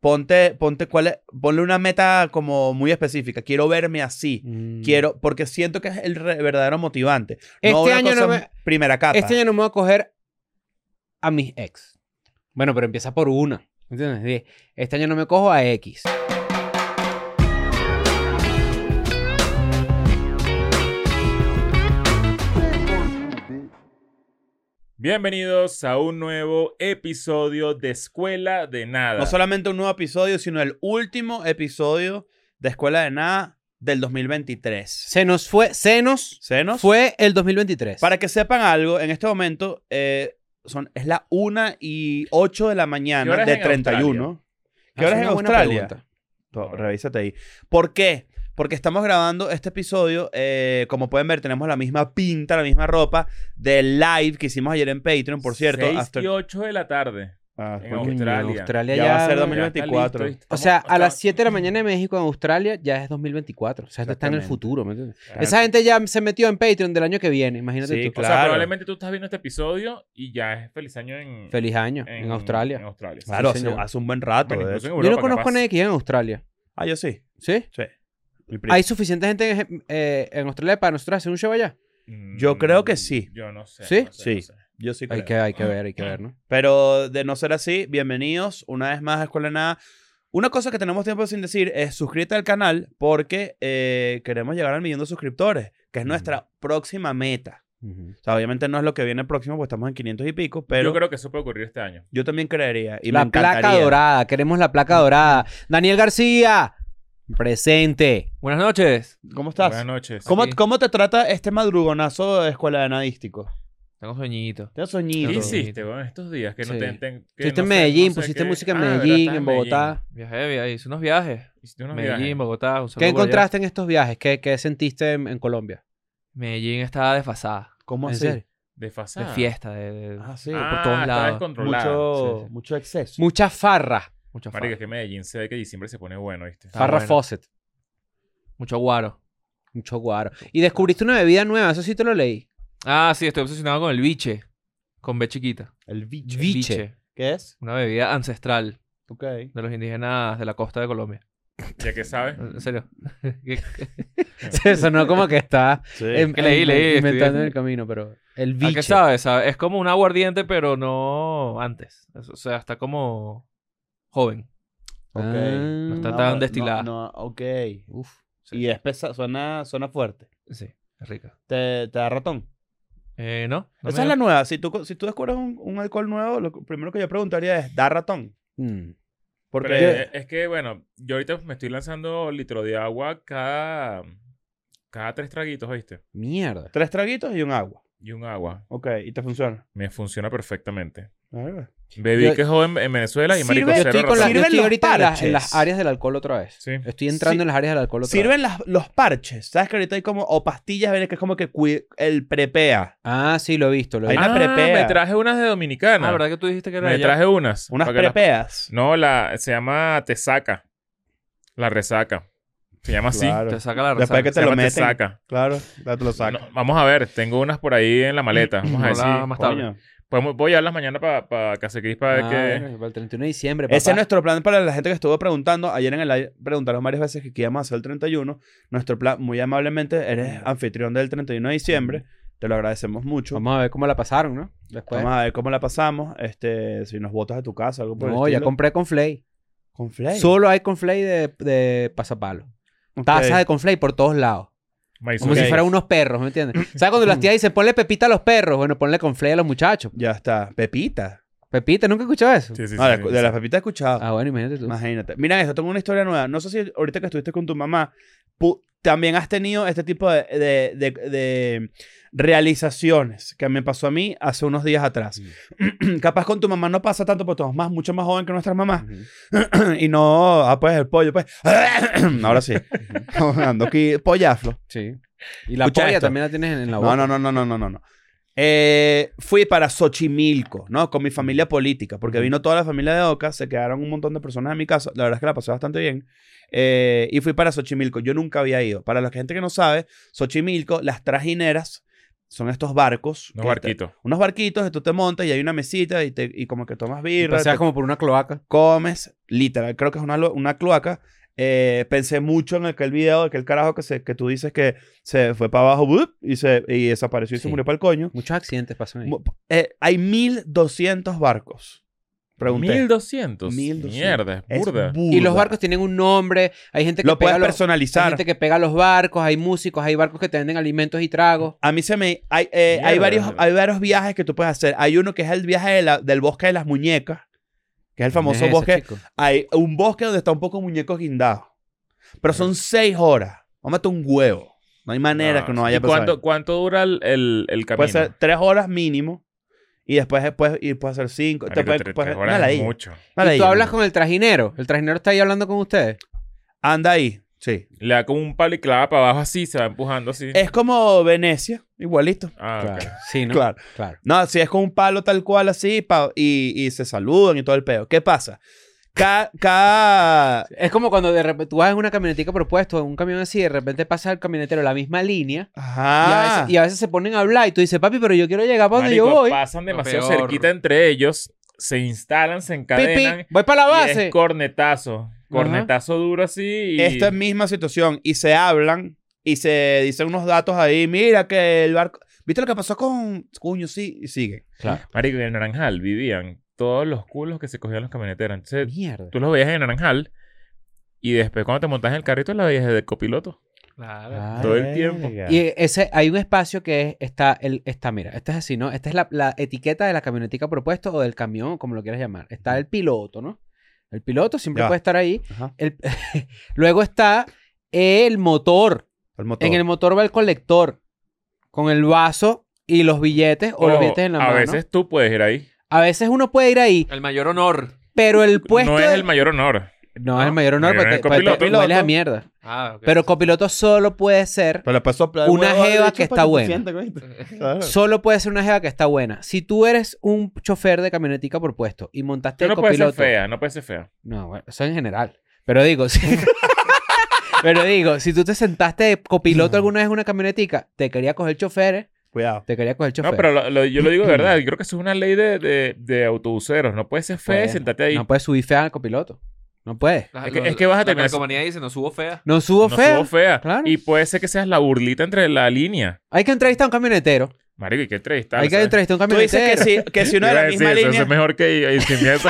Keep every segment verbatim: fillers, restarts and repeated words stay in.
Ponte, ponte cuál es, ponle una meta como muy específica. Quiero verme así. Mm. Quiero, porque siento que es el re, verdadero motivante. Este no una año cosa no me, primera capa. Este año no me voy a coger a mis ex. Bueno, pero empieza por una. ¿Entiendes? Este año no me cojo a X. Bienvenidos a un nuevo episodio de Escuela de Nada. No solamente un nuevo episodio, sino el último episodio de Escuela de Nada del dos mil veintitrés. Se nos fue, se nos, ¿Se nos? fue el dos mil veintitrés. Para que sepan algo, en este momento eh, son, es la una y ocho de la mañana de treinta y uno. ¿Qué hora es en Australia? No, revísate ahí. ¿Por qué? Porque estamos grabando este episodio, eh, como pueden ver, tenemos la misma pinta, la misma ropa del live que hicimos ayer en Patreon, por cierto. seis after... y ocho de la tarde. Ah, en porque... Australia. Australia ya, ya va a ser dos mil ya veinticuatro. listo, o sea, estamos, a las estamos... siete de la mañana en México, en Australia, ya es dos mil veinticuatro. O sea, esto está en el futuro, ¿me entiendes? Claro. Esa gente ya se metió en Patreon del año que viene, imagínate Sí, tú. claro. O sea, probablemente tú estás viendo este episodio y ya es feliz año en... Feliz año, en, en Australia. En Australia. Sí, Claro, sí, hace, hace un buen rato. bueno, de incluso en hecho. Europa, Yo no conozco capaz. a nadie que vive en Australia. Ah, yo sí. ¿Sí? Sí. ¿Hay suficiente gente en, eh, en Australia para nosotros hacer un show allá? Yo creo que sí. Yo no sé. ¿Sí? No sé, Sí. no sé. Yo sí creo. Hay que, hay que ver, hay que ver, ¿no? Pero de no ser así, bienvenidos una vez más a Escuela de Nada. Una cosa que tenemos tiempo sin decir es suscríbete al canal porque eh, queremos llegar al millón de suscriptores, que es nuestra uh-huh. próxima meta. Uh-huh. O sea, obviamente no es lo que viene próximo, porque estamos en quinientos y pico, pero... Yo creo que eso puede ocurrir este año. Yo también creería. Y la me placa dorada, queremos la placa dorada. Daniel García, presente. Buenas noches. ¿Cómo estás? Buenas noches. ¿Cómo, ¿Cómo te trata este madrugonazo de Escuela de Nadístico? Tengo sueñito. Tengo soñito. ¿Qué hiciste, bueno, estos días? Que no Sí. te, te, que Estuviste no en sé- Medellín, no sé pusiste qué- música en Ah, ¿verdad? Medellín, Estás en Bogotá. Viajé, viajé, hice unos viajes. Hiciste unos Medellín, viajes. Bogotá. Un saludo ¿Qué por allá. encontraste en estos viajes? ¿Qué, qué sentiste en, en Colombia? Medellín estaba desfasada. ¿Cómo ¿En así? serio? Desfasada. De fiesta, de, de- Ah, sí. Ah, por todos está lados. descontrolada. Mucho, Sí, sí. mucho exceso. Mucha farra. Mucho Marica, es farra. que Medellín se ve que diciembre se pone bueno, ¿viste? Está Farra bueno. Fawcett. Mucho guaro. Mucho guaro. Y descubriste una bebida nueva, eso sí te lo leí. Ah, sí, estoy obsesionado con el biche. Con B chiquita. El bicho. Biche. ¿Qué es? Una bebida ancestral Ok. de los indígenas de la costa de Colombia. Ya que sabes. En serio. ¿Qué- Se sonó como que está Sí. em- Que leí, em- leí, inventando estudié. en el camino, pero el ¿A biche. qué sabe? sabe? Es como un aguardiente, pero no antes. O sea, está como joven. Ok. Ah. No está tan destilada. No, no, ok. Uf. Sí. Y es pesa, suena, suena fuerte. Sí, es rica. ¿Te, te da ratón? Eh, ¿no? no Esa me es da- la nueva. Si tú, si tú descubres un, un alcohol nuevo, lo primero que yo preguntaría es, ¿da ratón? Mm. Porque... Pero es, es que, bueno, yo ahorita me estoy lanzando litro de agua cada, cada tres traguitos, ¿viste? Mierda. Tres traguitos y un agua. Y un agua. Ok, y te funciona. Me funciona perfectamente. A ver. Bebí Yo- que joven en Venezuela y Sirve- marico yo Yo cero estoy, con la, ratón. yo Sirven estoy los ahorita en, las- en parches. las áreas del alcohol otra vez. Sí. Estoy entrando Sí. en las áreas del alcohol otra vez. Sirven las, los parches. ¿Sabes que ahorita hay como... O pastillas, ¿ves? Que es como que cui- el prepea. Ah, sí, lo he visto. Lo he Hay visto. una prepea. me traje unas de Dominicana. Ah, ¿verdad que tú dijiste que era me allá? traje unas. Unas para que las- prepeas. No, la, se llama Tesaca. La resaca. Se llama así. Claro. Te saca la Después resaca. que Se te lo llama meten. Tesaca. Claro, ya te lo sacas. No, vamos a ver, tengo unas por ahí en la maleta. Vamos a ver Hola, si... más tarde. Coño. Podemos, voy a llevarlas mañana para pa Casa Cris para ver Ah, qué... bueno, para el treinta y uno de diciembre, papá. Ese es nuestro plan para la gente que estuvo preguntando. Ayer en el live preguntaron varias veces que qué íbamos a hacer el treinta y uno. Nuestro plan, muy amablemente, eres anfitrión del treinta y uno de diciembre. Te lo agradecemos mucho. Vamos, Vamos a ver cómo la pasaron, ¿no? Después. a ver cómo la pasamos. Este, si nos botas de tu casa, algo por el No, ya estilo. compré Conflay. Con Flay. Solo hay Conflay de, de pasapalo. Ok. Tazas de Conflay por todos lados. Maíz Como Ok. si fueran unos perros, ¿me entiendes? ¿Sabes cuando las tías dicen ponle pepita a los perros? Bueno, ponle Conflay a los muchachos. Ya está. Pepita. Pepita, ¿nunca he escuchado eso? Sí, sí, sí, No, de, sí, de sí. las pepitas he escuchado. Ah, bueno, imagínate tú. Imagínate. Mira esto, tengo una historia nueva. No sé si ahorita que estuviste con tu mamá, pu- también has tenido este tipo de, de, de, de realizaciones que me pasó a mí hace unos días atrás. Capaz con tu mamá no pasa tanto porque tú eres más, mucho más joven que nuestras mamás. Ujú. Y no, ah, pues el pollo, pues. Ahora sí. Ando aquí, pollaflo. Sí. Y la Escucha polla esto. también la tienes en, en la boca. No, no, no, no, no, no, no. Eh, fui para Xochimilco, ¿no? Con mi familia política, porque vino toda la familia de Oca, se quedaron un montón de personas en mi casa, la verdad es que la pasé bastante bien, eh, y fui para Xochimilco, yo nunca había ido. Para la gente que no sabe, Xochimilco, las trajineras son estos barcos. Unos barquitos. Te, unos barquitos que tú te montas y hay una mesita y, te, y como que tomas birra. O sea, te, como por una cloaca. Comes, literal, creo que es una, una cloaca. Eh, pensé mucho en aquel video de aquel carajo que, se, que tú dices que se fue para abajo ¡bup! y, se, y desapareció y Sí. se murió para el coño. Muchos accidentes pasan ahí. Mu- Eh, hay mil doscientos barcos. Pregunté. mil doscientos. mil doscientos. Mierda, es Es burda. burda. Y los barcos tienen un nombre. Hay gente que Lo pega puedes los, personalizar. hay gente que pega los barcos, hay músicos, hay barcos que te venden alimentos y tragos. A mí se me... Hay, eh, hay, Mierda. varios, hay varios viajes que tú puedes hacer. Hay uno que es el viaje de la- del bosque de las muñecas, que es el famoso ¿Quién es ese, bosque. chico? Hay un bosque donde está un poco muñecos guindados. Pero son seis horas. Vamos a meter un huevo. No hay manera No, que no sí. vaya ¿Y a pasar. cuánto, cuánto dura el, el, el camino? Puede ser tres horas mínimo. Y después, después y puede ser cinco. Marico, Te puede- tres- puede- tres una horas es ladilla. mucho. Una Y ladilla. tú hablas con el trajinero. El trajinero está ahí hablando con ustedes. Anda ahí. Sí. Le da como un palo y clava para abajo así, se va empujando así. Es como Venecia. Igualito. Ah, ok. Claro. Sí, ¿no? Claro. Claro. No, si es con un palo tal cual así pa- y, y se saludan y todo el peo. ¿Qué pasa? Cada... cada... Es como cuando de repente tú vas en una camionetica propuesto, en un camión así, de repente pasa el camionetero la misma línea. Y, a Ajá. veces, y a veces se ponen a hablar y tú dices, papi, pero yo quiero llegar para donde yo Marico, voy. pasan demasiado peor. cerquita entre ellos, se instalan, se Pipi, encadenan. voy para la Y base. es cornetazo. Cornetazo duro así. Y... Esta misma situación. Y se hablan y se dicen unos datos ahí. Mira que el barco... ¿Viste lo que pasó con... Cuño, sí. Y sigue. Claro. Marico, y en Naranjal vivían todos los culos que se cogían los camioneteros. Entonces, Mierda. tú los veías en Naranjal y después cuando te montas en el carrito la veías de copiloto. Claro. Ah, Todo el tiempo. Verga. Y ese, hay un espacio que es, está, el, está, mira, este es así, ¿no? Esta es la, la etiqueta de la camionetica propuesto o del camión, como lo quieras llamar. Está el piloto, ¿no? El piloto siempre Ya. puede estar ahí. Ajá. El- Luego está el motor. El motor. En el motor va el colector con el vaso y los billetes o, los billetes en la a mano. veces tú puedes ir ahí. A veces uno puede ir ahí, El mayor honor. pero el puesto... no es de- el mayor honor. No, es el mayor honor Mayor porque el porque te, copiloto. hueles a mierda. Ah, ok. Pero copiloto solo puede ser... Pero después sopla el Una huevo al jeva bicho que para está te buena. sientes, ¿viste? Claro. Solo puede ser una jeva que está buena. Si tú eres un chofer de camionetica por puesto y montaste Tú el no puedes ser copiloto... fea, no puedes ser fea. No, bueno, eso en general. Pero digo, si... Pero digo, si tú te sentaste de copiloto alguna vez en una camionetica, te quería coger chofer, Cuidado. te quería coger chofer. No, pero lo- lo- yo lo digo de verdad. Yo creo que eso es una ley de, de, de autobuseros. No puedes ser fea y Puedes. sentarte ahí. No puedes subir fea al copiloto. No puedes. La- es que- lo- es que vas a la terminar- calcomanía dice, no subo fea. No subo no fea. subo fea. Claro. Y puede ser que seas la burlita entre la línea. Hay que entrevistar a un camionetero. Marico, ¿y qué entrevistar? Hay que ¿sabes? entrevistar a un Tú dices camionetero. que si, que si uno de Iba a la decir misma eso, línea... eso es mejor que ir- ir sin miedo.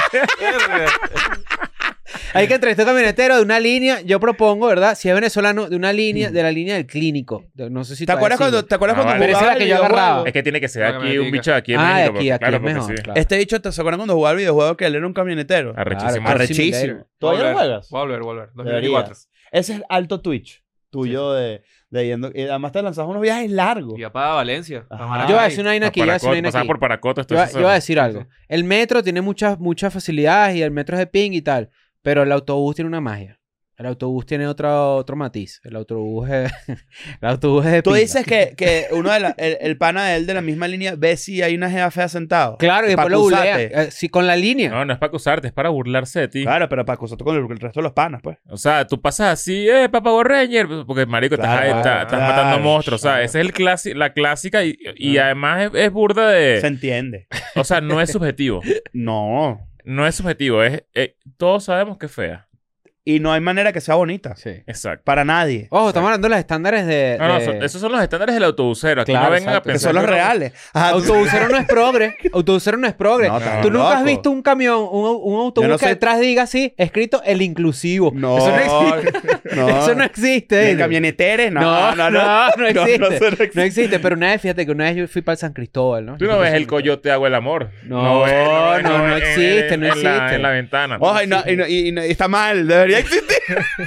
Hay que entrevistar a un camionetero de una línea. Yo propongo, ¿verdad? Si es venezolano, de una línea, de la línea del clínico. De- No sé si ¿Te acuerdas todavía cuando, sigue. ¿te acuerdas Ah, cuando vale. Pero esa jugaba es la que el yo videojuego? agarraba. Es que tiene que ser La aquí, un camionetica. bicho de aquí en Ah, México. aquí, porque- aquí claro, es porque mejor, sí. claro. Este bicho, ¿te se acuerdan cuando jugaba el videojuego que él era un camionetero? Arrechísimo. Claro, Arrechísimo. Simulator. ¿Todavía lo Volver, juegas? Volver, volver. dos mil Deberías. veinticuatro. Ese es alto Twitch tuyo de, de yendo... Y además te lanzas unos viajes largos. Y ya para Valencia. Ajá. para Maracay. Yo voy a decir una vaina aquí, yo voy a decir una Paracoto, vaina pasaba aquí. por Paracoto. Esto Yo, es yo voy a decir algo. El metro tiene muchas, muchas facilidades y el metro es de ping y tal. Pero el autobús tiene una magia. El autobús tiene otro, otro matiz. El autobús es, el autobús es de Tú pinga. dices que, que uno de la, el, el pana de él de la misma línea ve si hay una jeva fea sentado. Claro, y Pa' después lo bulea. acusarte. Eh, sí, con la línea. No, no es para acusarte, es para burlarse de ti. Claro, pero para acusarte con el, el resto de los panas, pues. O sea, tú pasas así, eh, Papa Power Ranger, porque marico, estás, Claro, estás- estás claro, matando monstruos. O sea, claro. esa es el clasi- la clásica y, y además es, es burda de... Se entiende. O sea, no es subjetivo. No. No es subjetivo, es... eh, todos sabemos que es fea. Y no hay manera que sea bonita. Sí. Exacto. Para nadie. Ojo, estamos hablando de los estándares de... No, no, de- son- esos son los estándares del autobusero. Aquí Claro, no vengan exacto. a Que pensar son los que uno- reales. Ajá, tú- Autobusero no es progre. Autobusero no es progre. No, estás Tú nunca has loco. visto un camión, un, un autobús Yo no que sé- detrás diga así, escrito el inclusivo. No. Eso no existe. No. Eso no existe. ¿De camioneteres? No, No, no, no. no, no existe. No, eso no No existe, pero una vez, fíjate que una vez yo fui para el San Cristóbal, ¿no? Tú no ves el coyote hago el amor. No, ves- ves- no, no en- existe, en- no en la- existe. en la ventana. Ojo, y, no, y, no- y- y no- y está mal. Debería existir.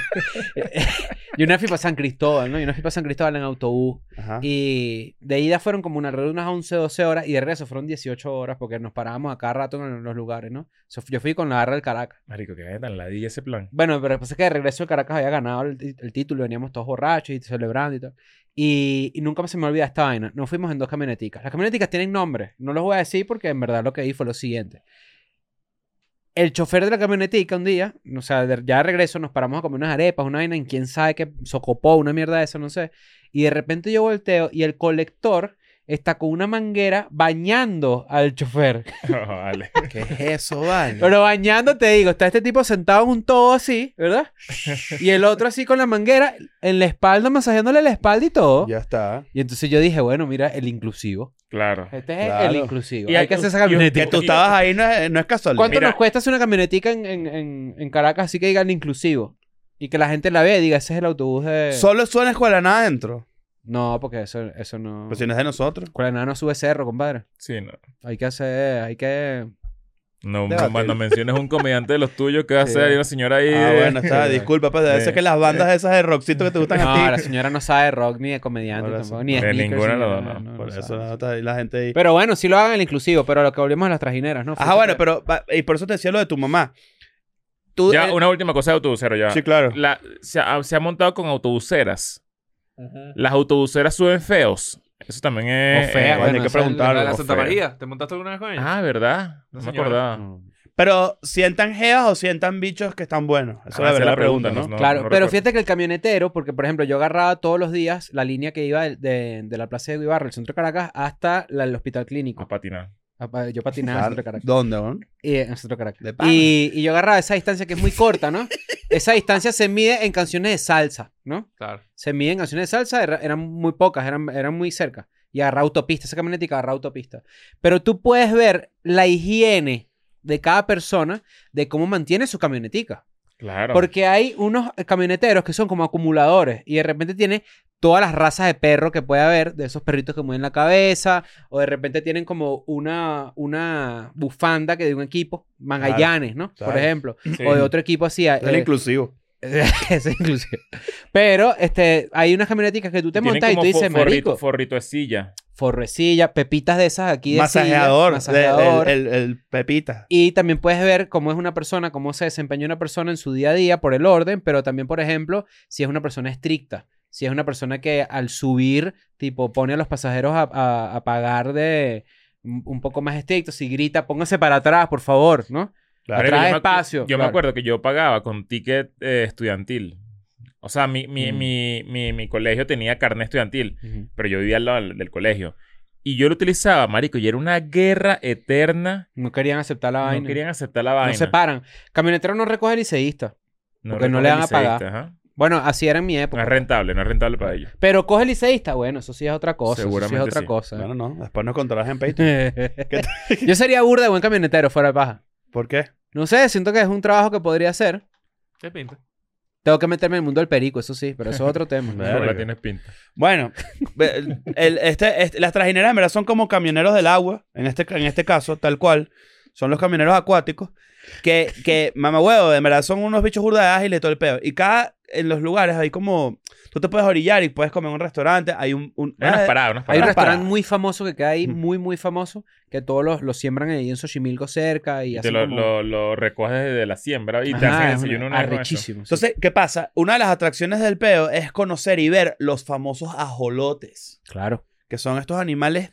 Yo una vez fui para San Cristóbal, ¿no? Yo una vez fui para San Cristóbal en autobús. Ajá. Y de ida fueron como una, alrededor de unas once, doce horas. Y de regreso fueron dieciocho horas porque nos parábamos a cada rato en los lugares, ¿no? So, yo fui con la barra del Caracas. Marico, que vaya tan ladilla ese plan. Bueno, pero pasa que de regreso el Caracas había ganado el, ti- el título. Veníamos todos borrachos y celebrando y tal. Y, y nunca se me olvida esta vaina. Nos fuimos en dos camioneticas. Las camioneticas tienen nombre. No los voy a decir porque en verdad lo que vi fue lo siguiente. El chofer de la camionetica un día, o sea, de- ya de regreso nos paramos a comer unas arepas, una vaina en quién sabe qué, socopó, una mierda de eso, no sé. Y de repente yo volteo y el colector está con una manguera bañando al chofer. Oh, vale. ¿Qué es eso, vale? Pero bañando, te digo, está este tipo sentado en un todo así, ¿verdad? Y el otro así con la manguera en la espalda, masajeándole la espalda y todo. Ya está. Y entonces yo dije, bueno, mira, el inclusivo. Claro. Este es Claro. el inclusivo. Y hay hay- que hacer esa y- camionetica. Que tú estabas ahí no es, no es casualidad. ¿Cuánto Mira. nos cuesta hacer una camionetica en, en, en, en Caracas así que diga el inclusivo? Y que la gente la vea y diga, ese es el autobús de... Solo suena escuela de nada adentro. No, porque eso, eso no... Pues si no es de nosotros. Escuela de Nada no sube cerro, compadre. Sí, no. Hay que hacer... Hay que... No, no, Debate. cuando menciones un comediante de los tuyos, ¿qué va a Sí. hacer? Hay una señora ahí. Ah, de- bueno, está. Disculpa, pues debe Sí. ser que las bandas esas de rockcito que te gustan a No, ti. la señora no sabe de rock ni de comediante Por eso. tampoco. Ni de De sneakers, ninguna ni de nada, las dos, no, Por no eso sabe. no, está ahí la gente ahí. Pero bueno, sí lo hagan el inclusivo, pero a lo que volvemos a las trajineras, ¿no? Ajá, Fíjate bueno, que- pero... va- Y por eso te decía lo de tu mamá. Tú... Ya, eh, una última cosa de autobusero ya. Sí, claro. La- se, ha, se ha montado con autobuseras. Las autobuseras suben feos. Eso también es... O fea, eh, bueno, hay bueno, que esa es preguntarlo. La de la o Santa fea. María. ¿Te montaste alguna vez con ella? Ah, ¿verdad? No Una me señora. acordaba. No. Pero sientan jevas o sientan bichos que están buenos. Esa Ah, es esa la es verdad la la pregunta, pregunta, ¿no? ¿no? Claro, pero recuerdo. fíjate que el camionetero, porque por ejemplo yo agarraba todos los días la línea que iba de, de- de la Plaza de Guibarra, el centro de Caracas, hasta la- el hospital clínico. A patinar. Ah, pa- Yo patinaba en el centro de Caracas. ¿Dónde, weón? Y, en el centro de Caracas. De pana. Y, y yo agarraba esa distancia que es muy corta, ¿no? Esa distancia se mide en canciones de salsa, ¿no? Claro. Se mide en canciones de salsa, era- eran muy pocas, eran, eran muy cerca. Y agarraba autopista, esa camionetica agarraba autopista. Pero tú puedes ver la higiene de cada persona de cómo mantiene su camionetica. Claro. Porque hay unos camioneteros que son como acumuladores y de repente tiene todas las razas de perro que puede haber, de esos perritos que mueven la cabeza, o de repente tienen como una, una bufanda que de un equipo, Magallanes, ¿no? claro. Por ejemplo. Sí. O de otro equipo así. Es el eh, inclusivo. es inclusive. Pero este, hay unas camioneticas que tú te Tienen montas y tú como dices, fo- forrito, marico, forrito de silla. forrecilla, pepitas de esas aquí de Masajeador. silla, de- masajeador. el, el- el pepita. Y también puedes ver cómo es una persona, cómo se desempeña una persona en su día a día por el orden, pero también, por ejemplo, si es una persona estricta, si es una persona que al subir, tipo, pone a los pasajeros a, a- a pagar de un un poco más estricto, si grita, póngase para atrás, por favor, ¿no? Claro. Marico, Trae yo me- espacio, Yo me claro. acuerdo que yo pagaba con ticket eh, estudiantil. O sea, mi, mi, Mm. mi, mi, mi colegio tenía carnet estudiantil, pero yo vivía al lado del, del colegio. Y yo lo utilizaba, marico, y era una guerra eterna. No querían aceptar la vaina. No querían aceptar la vaina. No se paran. Camionetero no recoge liceísta. porque no le van a recoge pagar. liceísta, ajá. Bueno, así era en mi No época. es rentable, no es rentable para ellos. Pero coge liceísta, bueno, eso sí es otra cosa. Eso sí Seguramente es otra sí. cosa. Bueno, no. Después nos contarás en Patreon. Yo sería burda de buen camionetero fuera de paja. ¿Por qué? No sé, siento que es un trabajo que podría hacer. ¿Qué pinta? Tengo que meterme en el mundo del perico, eso sí, pero eso es otro tema. Verga. No la tienes pinta. Bueno, ve- el- el- este, este- las trajineras en verdad son como camioneros del agua, en este, en este caso, tal cual. Son los camioneros acuáticos. Que, que mamá huevo, en verdad son unos bichos burda de ágiles y todo el pedo. Y cada, en los lugares hay como, tú te puedes orillar y puedes comer en un restaurante. Hay un... un Hay unas ah, paradas, unas Hay un paradas. restaurante parada. muy famoso que queda ahí, Mm. muy, muy famoso, que todos los, los siembran ahí en Xochimilco cerca y, Y así te lo, como... lo, lo recoges desde la siembra y te Ajá, hacen el es desayuno una- una vez con eso. arrechísimo. sí. Entonces, ¿qué pasa? Una de las atracciones del peo es conocer y ver los famosos ajolotes. Claro. Que son estos animales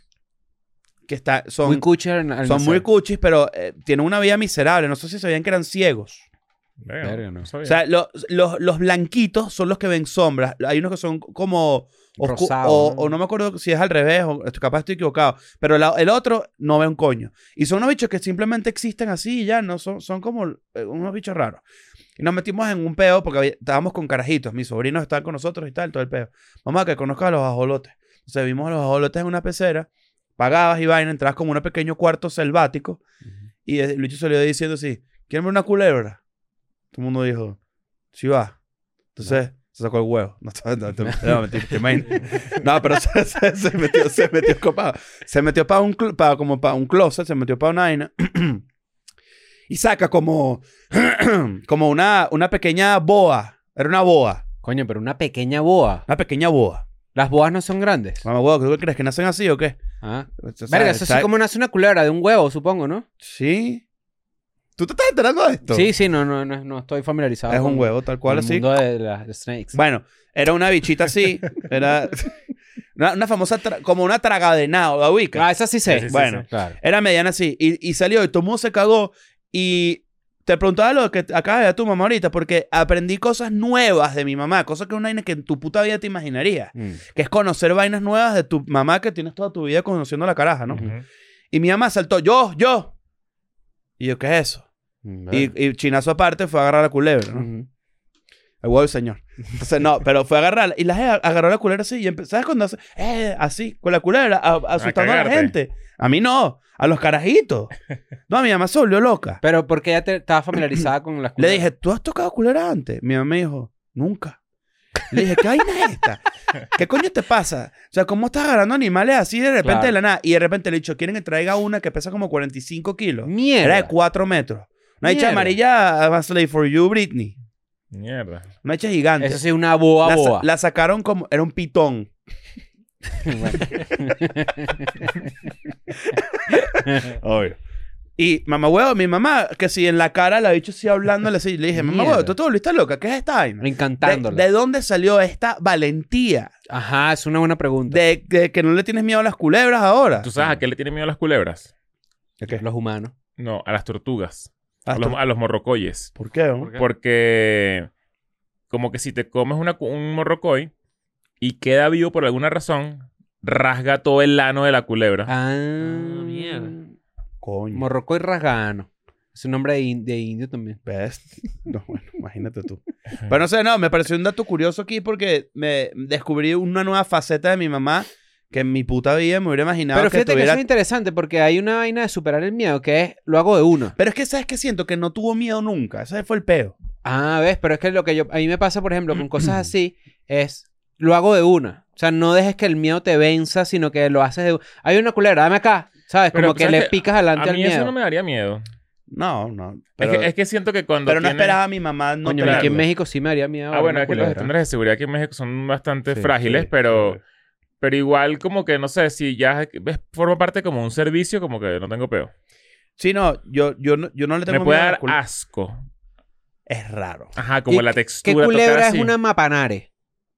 que está, son, muy cuchi al- al son nacer. muy cuchis, pero eh, tienen una vida miserable. No sé si sabían que eran ciegos. Verga, Verga, no. sabía. O sea, lo- los, los blanquitos son los que ven sombras. Hay unos que son como... oscu- Rosado, o, ¿no? o no me acuerdo si es al revés, o capaz estoy equivocado. Pero la- el otro no ve un coño. Y son unos bichos que simplemente existen así y ya. No son, son como eh, unos bichos raros. Y nos metimos en un peo porque había- estábamos con carajitos. Mis sobrinos estaban con nosotros y tal, todo el peo. Mamá, que conozcas a los ajolotes. Entonces vimos a los ajolotes en una pecera. Pagabas y vaina, entrabas como un pequeño cuarto selvático. Y el bicho salió diciendo así, ¿quieren ver una culebra? Todo el mundo dijo, sí va. Entonces, se sacó el huevo. No, no, no, te, no, mentira, te imaginas. No, pero se, se, se metió, se metió para, se metió para un, cl- para, como para un closet, se metió para una vaina. Y saca como, como una, una pequeña boa. Era una boa. Coño, pero una pequeña boa. Una pequeña boa. Las boas no son grandes. Mamá, huevo, ¿tú crees que nacen así o qué? Ah. O sea, Verga, eso sí ¿sabes? como nace una culebra de un huevo, supongo, ¿no? Sí. ¿Tú te estás enterando de esto? Sí, sí, no, no, no, no estoy familiarizado. Es un con- huevo, tal cual con el así. mundo de las de snakes. Bueno, era una bichita así. Era una, una famosa, tra- como una tragadenao, ¿la ubicas? Ah, esa sí sé. Sí, sí, sí, bueno, Claro. era mediana así. Y, y salió y todo el mundo se cagó. Y te preguntaba lo que acaba de ver tu mamá ahorita, porque aprendí cosas nuevas de mi mamá, cosas que es una vaina que en tu puta vida te imaginarías. Mm. Que es conocer vainas nuevas de tu mamá que tienes toda tu vida conociendo la caraja, ¿no? Uh-huh. Y mi mamá saltó, yo, yo. Y yo, ¿qué es eso? Uh-huh. Y, y chinazo aparte fue a agarrar la culebra, ¿no? Uh-huh. El huevo del señor. Entonces, no, pero fue a agarrarla. Y la gente agarró la culebra así y empezó, ¿sabes cuando hace? Eh, así, con la culebra, a, asustando a, a la gente. A mí no. A los carajitos. No, mi mamá se volvió loca. Pero porque ella te, estaba familiarizada con las culebras. Le dije, ¿tú has tocado culebra antes? Mi mamá me dijo, nunca. Le dije, ¿qué vaina es esta? ¿Qué coño te pasa? O sea, ¿cómo estás agarrando animales así de repente claro. de la nada? Y de repente le he dicho, ¿quieren que traiga una que pesa como cuarenta y cinco kilos? Mierda. Era de cuatro metros. Una hecha amarilla, I'm a slave for you, Britney. Mierda. Una hecha gigante. Eso sí, una boa la, boa. La sacaron como... Era un pitón. Obvio. Y mamá huevo, mi mamá, que si en la cara la bicho así hablándole así, le dije, mamá huevo, tú te volviste loca, ¿qué es esta vaina? Encantándola. ¿De, ¿De dónde salió esta valentía? Ajá, es una buena pregunta. De, de que no le tienes miedo a las culebras ahora. ¿Tú sabes a qué le tienen miedo a las culebras? ¿A qué? Los humanos. No, a las tortugas. A, a, los, a los morrocoyes. ¿Por qué? ¿Por qué? Porque como que si te comes una, un morrocoy y queda vivo por alguna razón, rasga todo el lano de la culebra. Ah, ah mierda. Coño. Morrocoy rasgano. Es un nombre de, in de indio también. ¿Ves? No, bueno, imagínate tú. Pero no sé, no, me pareció un dato curioso aquí porque me descubrí una nueva faceta de mi mamá que en mi puta vida me hubiera imaginado Pero que fíjate tuviera... que eso es interesante porque hay una vaina de superar el miedo que es lo hago de una. Pero es que, ¿sabes qué? Siento que no tuvo miedo nunca. Ese fue el peo. Ah, ¿ves? Pero es que lo que yo... A mí me pasa, por ejemplo, con cosas así es... Lo hago de una. O sea, no dejes que el miedo te venza, sino que lo haces de... Hay una culebra, dame acá. ¿Sabes? Pero, como que le picas adelante al miedo. A mí eso no me daría miedo. No, no. Pero, es, que, es que siento que cuando Pero no tiene... esperaba a mi mamá no Coño, aquí en México sí me haría miedo. Ah, bueno, es que los estándares de seguridad aquí en México son bastante sí, frágiles, sí, pero... Sí. Pero igual como que, no sé, si ya ves, forma parte como un servicio, como que no tengo peo. Sí, no. Yo, yo, no, yo no le tengo me puede miedo dar a la cul... asco. Es raro. Ajá, como la textura. ¿Qué culebra es así? una mapanare?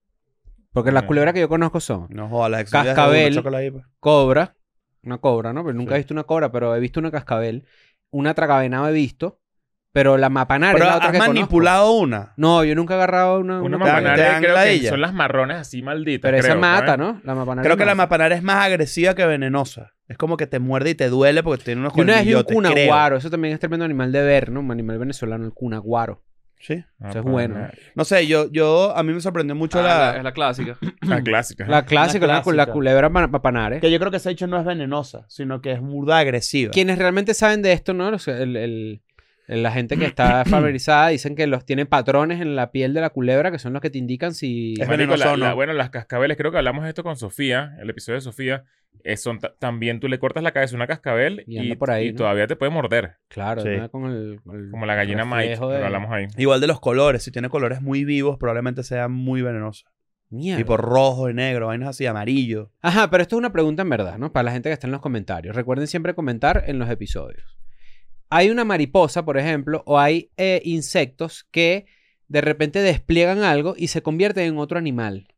Porque las culebras que yo conozco son... No jodas, las cascabel, ahí, pues. cobra. Una cobra, ¿no? Pero nunca sí. he visto una cobra, pero he visto una cascabel. Una tragavenado he visto. Pero la mapanare pero es la otra has que manipulado conozco. una. No, yo nunca he agarrado una... Una, una mapanare creo que son las marrones así malditas, Pero creo, esa mata, ¿no? ¿no? La mapanare Creo que mata. la mapanare es más agresiva que venenosa. Es como que te muerde y te duele porque tiene unos Yo una vez vi un colmillotes, cunaguaro. Eso también es tremendo animal de ver, ¿no? Un animal venezolano, el cunaguaro. Sí. Ah, Eso es bueno. No sé, yo, yo... A mí me sorprendió mucho Ah, la... la... Es la clásica. La clásica. La clásica, La la, clásica. la culebra mapanare. Que yo creo que ese hecho no es venenosa, sino que es burda agresiva. Quienes realmente saben de esto, ¿no? O sea, el, el, el- la gente que está familiarizada dicen que los tienen patrones en la piel de la culebra que son los que te indican si... Es Marico, venenoso la- o no. la- bueno, las cascabeles, creo que hablamos de esto con Sofía, el episodio de Sofía. eh, son ta- también tú le cortas la cabeza a una cascabel Y y, anda por ahí, y ¿no? todavía te puede morder. Claro, Sí. ¿no? Con el, el Como la gallina Mike, reflejo que de- lo hablamos ahí. Igual de los colores. Si tiene colores muy vivos, probablemente sea muy venenosa. Mierda. Tipo rojo y negro, vainas así, amarillo. Ajá, pero esto es una pregunta en verdad, ¿no? Para la gente que está en los comentarios. Recuerden siempre comentar en los episodios. Hay una mariposa, por ejemplo, o hay eh, insectos que de repente despliegan algo y se convierten en otro animal.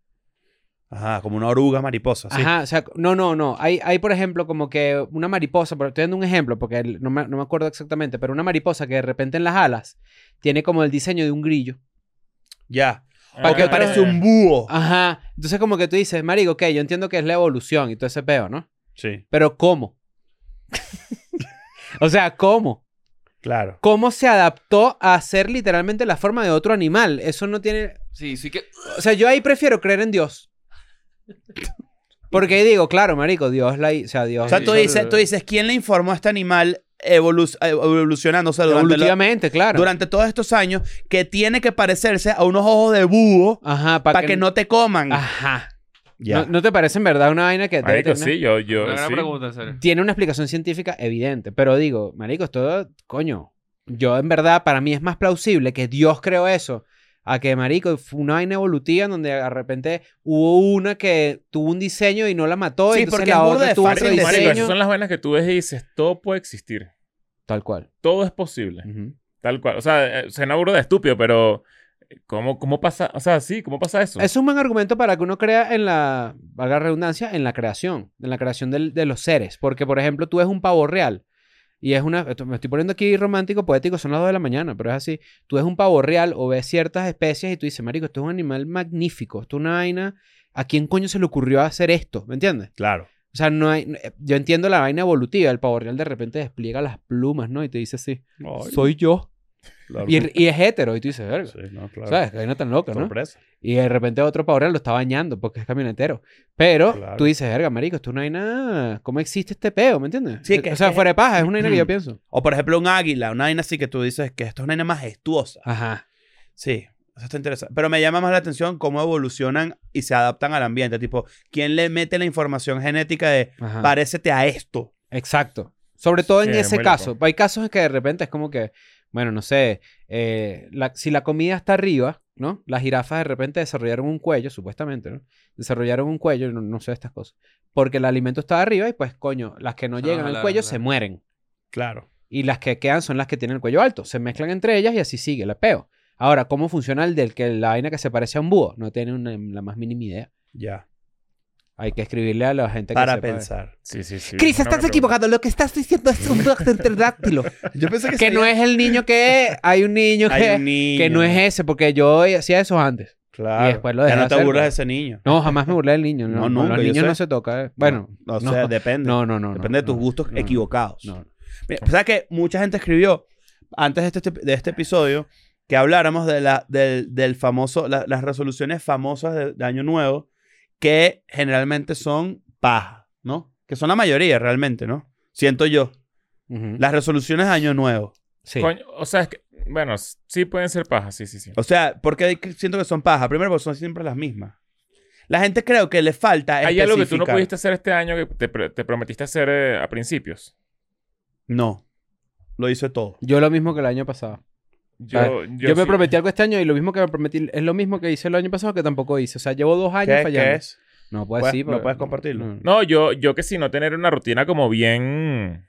Ajá, como una oruga mariposa, sí. Ajá, o sea, no, no, no. Hay, hay, por ejemplo, como que una mariposa, pero estoy dando un ejemplo porque el- no me, no me acuerdo exactamente, pero una mariposa que de repente en las alas tiene como el diseño de un grillo. Ya. Ah, Porque otro- parece un búho. Ajá. Entonces como que tú dices, marico, ok, yo entiendo que es la evolución y todo ese peo, ¿no? Sí, Pero ¿cómo? O sea, ¿cómo? claro. ¿Cómo se adaptó a ser literalmente la forma de otro animal? Eso no tiene... Sí, sí que... O sea, yo ahí prefiero creer en Dios. Porque digo, claro, marico, Dios la... hi- O sea, Dios... O sea, tú hizo- dices, tú dices, ¿quién le informó a este animal evolu- evolucionando? O sea, durante, la- Evolutivamente, claro. durante todos estos años, que tiene que parecerse a unos ojos de búho Ajá, para que, no te coman. Ajá. Ya. ¿No, ¿No te parece en verdad una vaina que debe Marico, tener- sí, yo... yo Una gran sí. pregunta, en serio. tiene una explicación científica evidente? Pero digo, marico, esto, coño, yo en verdad, para mí es más plausible que Dios creó eso a que, marico, fue una vaina evolutiva en donde de repente hubo una que tuvo un diseño y no la mató, Sí, y entonces porque la es burda otra de tuvo fácil otro decirlo. Marico, diseño. esas son las vainas que tú ves y dices, todo puede existir. Tal cual. Todo es posible. Ujú. Tal cual. O sea, eh, suena burda de estúpido, pero... ¿Cómo, ¿Cómo pasa? O sea, sí, ¿cómo pasa eso? Es un buen argumento para que uno crea en la, valga la redundancia, en la creación, en la creación del- de los seres. Porque, por ejemplo, tú ves un pavo real. Y es una... Me estoy poniendo aquí romántico, poético, son las dos de la mañana, pero es así. Tú ves un pavo real o ves ciertas especies y tú dices, marico, esto es un animal magnífico. Esto es una vaina... ¿A quién coño se le ocurrió hacer esto? ¿Me entiendes? Claro. O sea, no hay... Yo entiendo la vaina evolutiva. El pavo real de repente despliega las plumas, ¿no? Y te dice así, Ay. soy yo. Claro. Y, y es hetero. Y tú dices, verga. Sí, no, claro. ¿Sabes? Que vaina tan loca, ¿no? Sorpresa. Y de repente otro pavo real lo está bañando porque es camionetero. Pero Claro. tú dices, verga, marico, esto es una vaina... ¿Cómo existe este peo? ¿Me entiendes? Sí, que- o sea, que- fuera de paja. Es una vaina que yo pienso. O por ejemplo un águila, una vaina así que tú dices que esto es una vaina majestuosa. Ajá. Sí, eso está interesante. Pero me llama más la atención cómo evolucionan y se adaptan al ambiente. Tipo, ¿quién le mete la información genética de Ajá. parécete a esto? Exacto. Sobre todo en Sí, ese muy caso. loco. Hay casos en que de repente es como que, bueno, no sé, eh, la- si la comida está arriba, ¿no? Las jirafas de repente desarrollaron un cuello, supuestamente, ¿no? Desarrollaron un cuello, no, no sé estas cosas. Porque el alimento está arriba y pues, coño, las que no llegan Ah, al la- cuello la- se mueren. Claro. Y las que quedan son las que tienen el cuello alto. Se mezclan entre ellas y así sigue el peo. Ahora, ¿cómo funciona el del que la vaina que se parece a un búho? No tiene una- la más mínima idea. Ya. Hay que escribirle a la gente que Para sepa de- pensar. Sí, sí, sí. Cris, Una estás buena equivocado. Lo que estás diciendo es un pterodáctilo. Yo pensé que, Que no es el niño que es. Hay un niño que, Hay un niño. que no es ese, porque yo hacía eso antes. Claro. y después lo Ya dejé no de te hacer, burlas de pues. ese niño. No, jamás me burlé del niño. No, No, no, nunca, los yo niños sé. no se toca. eh. Bueno, No, o no. sea, depende. No, no, no. Depende no, de tus no, gustos no, equivocados. No. Mira, ¿sabes que mucha gente escribió antes de este, de este episodio que habláramos de la, del, del famoso, la- las resoluciones famosas de, de Año Nuevo que generalmente son paja, ¿no? Que son la mayoría realmente, ¿no? Siento yo. Ujú. Las resoluciones de Año Nuevo. Sí. Coño, o sea, es que, bueno, sí pueden ser pajas, sí, sí, sí. O sea, ¿por qué siento que son paja? Primero, porque son siempre las mismas. La gente creo que le falta ¿Hay algo que tú no especificar. pudiste hacer este año que te, pr- te prometiste hacer eh, a principios? No. Lo hice todo. Yo lo mismo que el año pasado. Yo, Ah, yo, Yo, me sí. prometí algo este año y lo mismo que me prometí es lo mismo que hice el año pasado que tampoco hice. O sea, llevo dos años ¿Qué, fallando. ¿Qué es? No puedes ¿Puedes- decir. no pero- puedes compartirlo? no. No, yo, yo que sí, no tener una rutina como bien...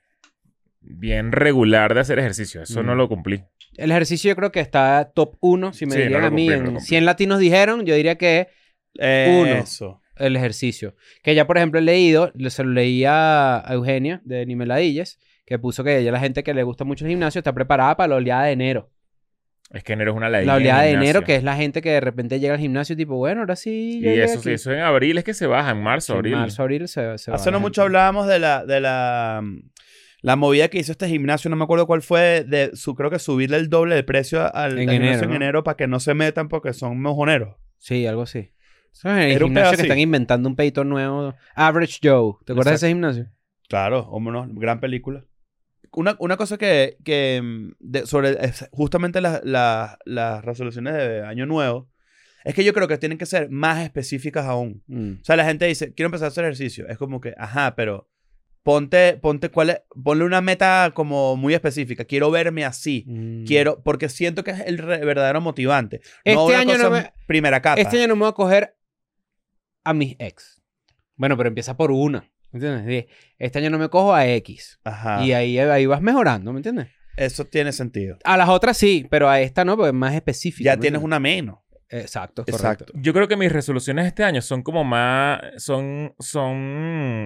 Bien regular de hacer ejercicio. Eso Mm. no lo cumplí. El ejercicio yo creo que está top uno. Si me Sí, dirían no lo a mí, cumplí, no lo en cumplí. cien latinos dijeron, yo diría que Uno. Eso. el ejercicio. Que ya, por ejemplo, he leído, le- se lo leí a a Eugenia de Nimeladillas, que puso que ella, la gente que le gusta mucho el gimnasio, está preparada para la oleada de enero. Es que enero es una ley. La oleada de enero, que es la gente que de repente llega al gimnasio tipo, bueno, ahora sí. Y ya llegué eso sí, aquí. eso en abril es que se baja, en marzo, Sí, abril. marzo, abril se, se va Hace la no mucho gente. hablábamos de la, de la, la movida que hizo este gimnasio, no me acuerdo cuál fue, de su, creo que subirle el doble de precio al, En al gimnasio enero, en ¿no? enero para que no se metan porque son mojoneros. Sí, algo así. ¿Sabes? El Era un gimnasio pedo que así. están inventando un peito nuevo. Average Joe. ¿Te acuerdas de ese gimnasio? Claro, vámonos, gran película. Una, una cosa que, que mm, de- sobre es justamente las las- las resoluciones de Año Nuevo es que yo creo que tienen que ser más específicas aún. Mm. O sea, la gente dice, quiero empezar a hacer ejercicio. Es como que, ajá, pero ponte, ponte cuál es, ponle una meta como muy específica. Quiero verme así. Mm. Quiero, porque siento que es el re- verdadero motivante. Este no una año cosa no me- primera capa. Este año no me voy a coger a mis ex. Bueno, pero empieza por una. ¿Me entiendes? Di, Este año no me cojo a X. Ajá. Y ahí, ahí vas mejorando, ¿me entiendes? Eso tiene sentido. A las otras sí, pero a esta no, porque es más específica. Ya ¿me tienes entiendes? una menos. Exacto, Exacto. correcto. Yo creo que mis resoluciones este año son como más... Son... Son...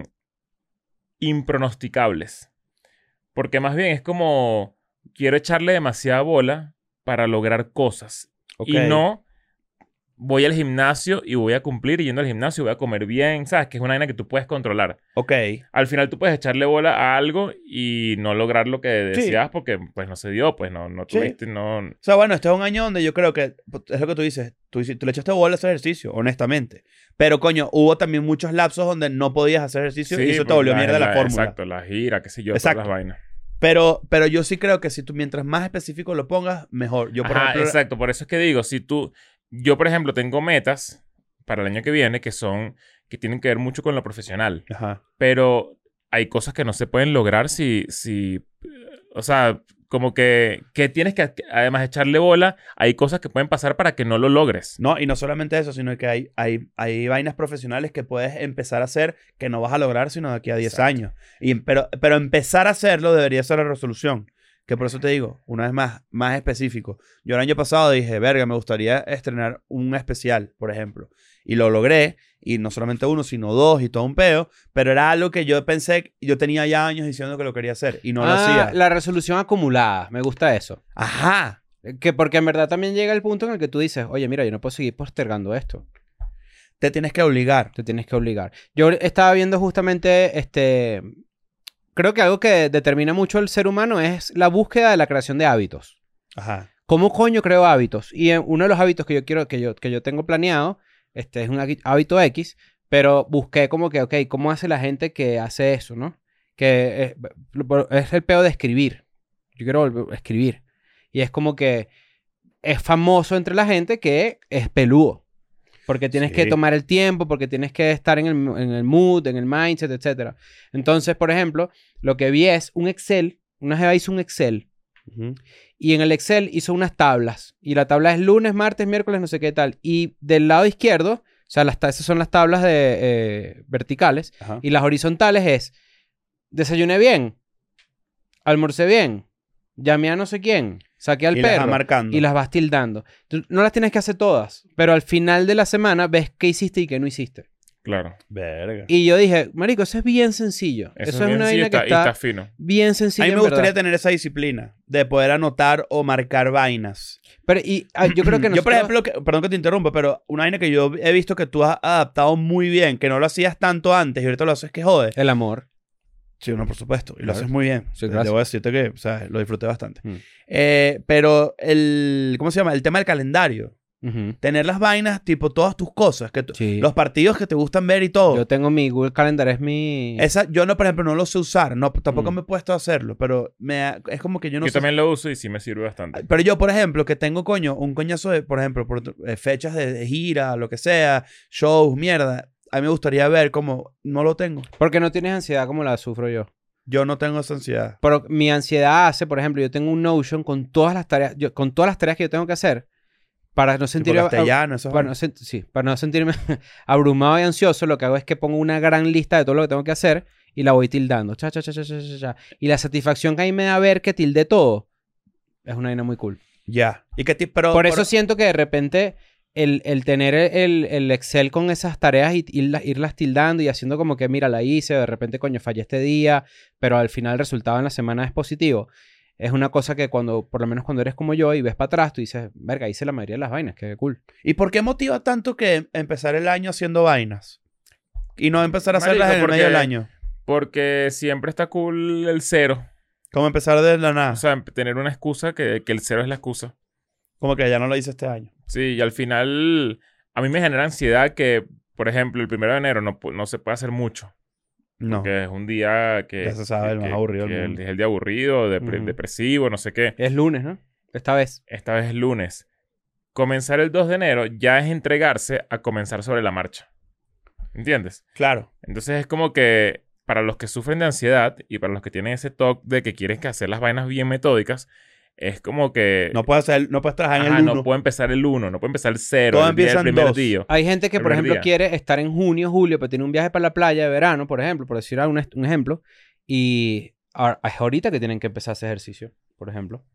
impronosticables. Porque más bien es como... Quiero echarle demasiada bola para lograr cosas. Ok. Y no... Voy al gimnasio y voy a cumplir yendo al gimnasio y voy a comer bien. ¿Sabes? Que es una vaina que tú puedes controlar. Ok. Al final tú puedes echarle bola a algo y no lograr lo que Sí. deseas porque pues no se dio. Pues no, no Sí. tuviste, no... O sea, bueno, este es un año donde yo creo que pues, es lo que tú dices. Tú, dices- tú le echaste bola a ese ejercicio, honestamente. Pero, coño, hubo también muchos lapsos donde no podías hacer ejercicio y eso te pues, volvió mierda la, fórmula. Exacto, la gira, qué sé yo, Exacto. todas las vainas. Pero, pero yo sí creo que si tú mientras más específico lo pongas, mejor. Yo, por Ajá, ejemplo, exacto. Por eso es que digo, si tú... Yo, por ejemplo, tengo metas para el año que viene que son... que tienen que ver mucho con lo profesional. Ajá. Pero hay cosas que no se pueden lograr si... si o sea, como que... que tienes que, además de echarle bola, hay cosas que pueden pasar para que no lo logres. No, y no solamente eso, sino que hay, hay, hay vainas profesionales que puedes empezar a hacer que no vas a lograr sino de aquí a diez Exacto. años. Y, pero, pero empezar a hacerlo debería ser la resolución. Que por eso te digo, una vez más, más específico. Yo el año pasado dije, verga, me gustaría estrenar un especial, por ejemplo. Y lo logré. Y no solamente uno, sino dos y todo un peo. Pero era algo que yo pensé, yo tenía ya años diciendo que lo quería hacer. Y no ah, lo hacía. La resolución acumulada. Me gusta eso. Ajá. Que porque en verdad también llega el punto en el que tú dices, oye, mira, yo no puedo seguir postergando esto. Te tienes que obligar. Te tienes que obligar. Yo estaba viendo justamente, este... Creo que algo que determina mucho el ser humano es la búsqueda de la creación de hábitos. Ajá. ¿Cómo coño creo hábitos? Y uno de los hábitos que yo quiero, que yo, que yo tengo planeado, este es un hábito X, pero busqué como que, ok, ¿cómo hace la gente que hace eso, no? Que es, es el peo de escribir. Yo quiero volver a escribir. Y es como que es famoso entre la gente que es peludo. Porque tienes sí. que tomar el tiempo, porque tienes que estar en el, en el mood, en el mindset, etcétera. Entonces, por ejemplo, lo que vi es un Excel. Una jeva hizo un Excel. Uh-huh. Y en el Excel hizo unas tablas. Y la tabla es lunes, martes, miércoles, no sé qué tal. Y del lado izquierdo, o sea, las esas son las tablas de, eh, verticales. Uh-huh. Y las horizontales es, desayuné bien, almorcé bien, llamé a no sé quién, saqué al y perro las y las vas tildando. Tú no las tienes que hacer todas, pero al final de la semana ves qué hiciste y qué no hiciste. Claro. Verga. Y yo dije, marico, eso es bien sencillo. Eso, eso es, es una vaina que está, está, está fino. bien sencillo. A mí me gustaría tener esa disciplina de poder anotar o marcar vainas. Pero y ah, yo creo que nosotros... Yo, por ejemplo, que, perdón que te interrumpa, pero una vaina que yo he visto que tú has adaptado muy bien, que no lo hacías tanto antes y ahorita lo haces, que jode. El amor. Sí, uno, por supuesto. Y claro. Lo haces muy bien. Sí, debo decirte que, o sea, lo disfruté bastante. Mm. Eh, pero el... ¿Cómo se llama? El tema del calendario. Uh-huh. Tener las vainas, tipo, todas tus cosas. Que sí. Los partidos que te gustan ver y todo. Yo tengo mi Google Calendar, es mi... Esa, yo, no, por ejemplo, no lo sé usar. No, tampoco mm. me he puesto a hacerlo. Pero me, es como que yo no yo sé... Yo también lo uso y sí me sirve bastante. Pero yo, por ejemplo, que tengo, coño, un coñazo de, por ejemplo, por, eh, fechas de, de gira, lo que sea, shows, mierda. A mí me gustaría ver cómo... No lo tengo. Porque no tienes ansiedad como la sufro yo. Yo no tengo esa ansiedad. Pero mi ansiedad hace, por ejemplo, yo tengo un Notion con todas las tareas, yo, con todas las tareas que yo tengo que hacer para no sentirme castellano, eso para no sen- sí, para no sentirme abrumado y ansioso. Lo que hago es que pongo una gran lista de todo lo que tengo que hacer y la voy tildando. Cha, cha, cha, cha, cha, cha, cha. Y la satisfacción que a mí me da ver que tilde todo es una vaina muy cool. Ya. ¿Y qué tipo? Pero por eso por... siento que de repente el, el tener el, el Excel con esas tareas y irlas, irlas tildando y haciendo como que, mira, la hice, de repente, coño, fallé este día, pero al final el resultado en la semana es positivo. Es una cosa que cuando, por lo menos cuando eres como yo y ves para atrás, tú dices, verga, hice la mayoría de las vainas, qué cool. ¿Y por qué motiva tanto que empezar el año haciendo vainas? Y no empezar a Marico, hacerlas en el medio del año. Porque siempre está cool el cero. Como empezar de la nada. O sea, tener una excusa que, que el cero es la excusa. Como que ya no lo hice este año. Sí, y al final a mí me genera ansiedad que, por ejemplo, el primero de enero no, no se puede hacer mucho. No. Que es un día que... Ya se sabe, que, el más aburrido que del mundo. Es el día aburrido, depre- uh-huh. depresivo, no sé qué. Es lunes, ¿no? Esta vez. Esta vez es lunes. Comenzar el dos de enero ya es entregarse a comenzar sobre la marcha. ¿Entiendes? Claro. Entonces es como que para los que sufren de ansiedad y para los que tienen ese toque de que quieren que hacer las vainas bien metódicas, es como que... No puedes, hacer, no puedes trabajar en el uno. No puede empezar el uno, no puede empezar el cero. Todo el empieza día, el en primer dos. día. Hay gente que, por ejemplo, día. quiere estar en junio, julio, pero tiene un viaje para la playa de verano, por ejemplo, por decir un, un ejemplo. Y es ahorita que tienen que empezar ese ejercicio, por ejemplo.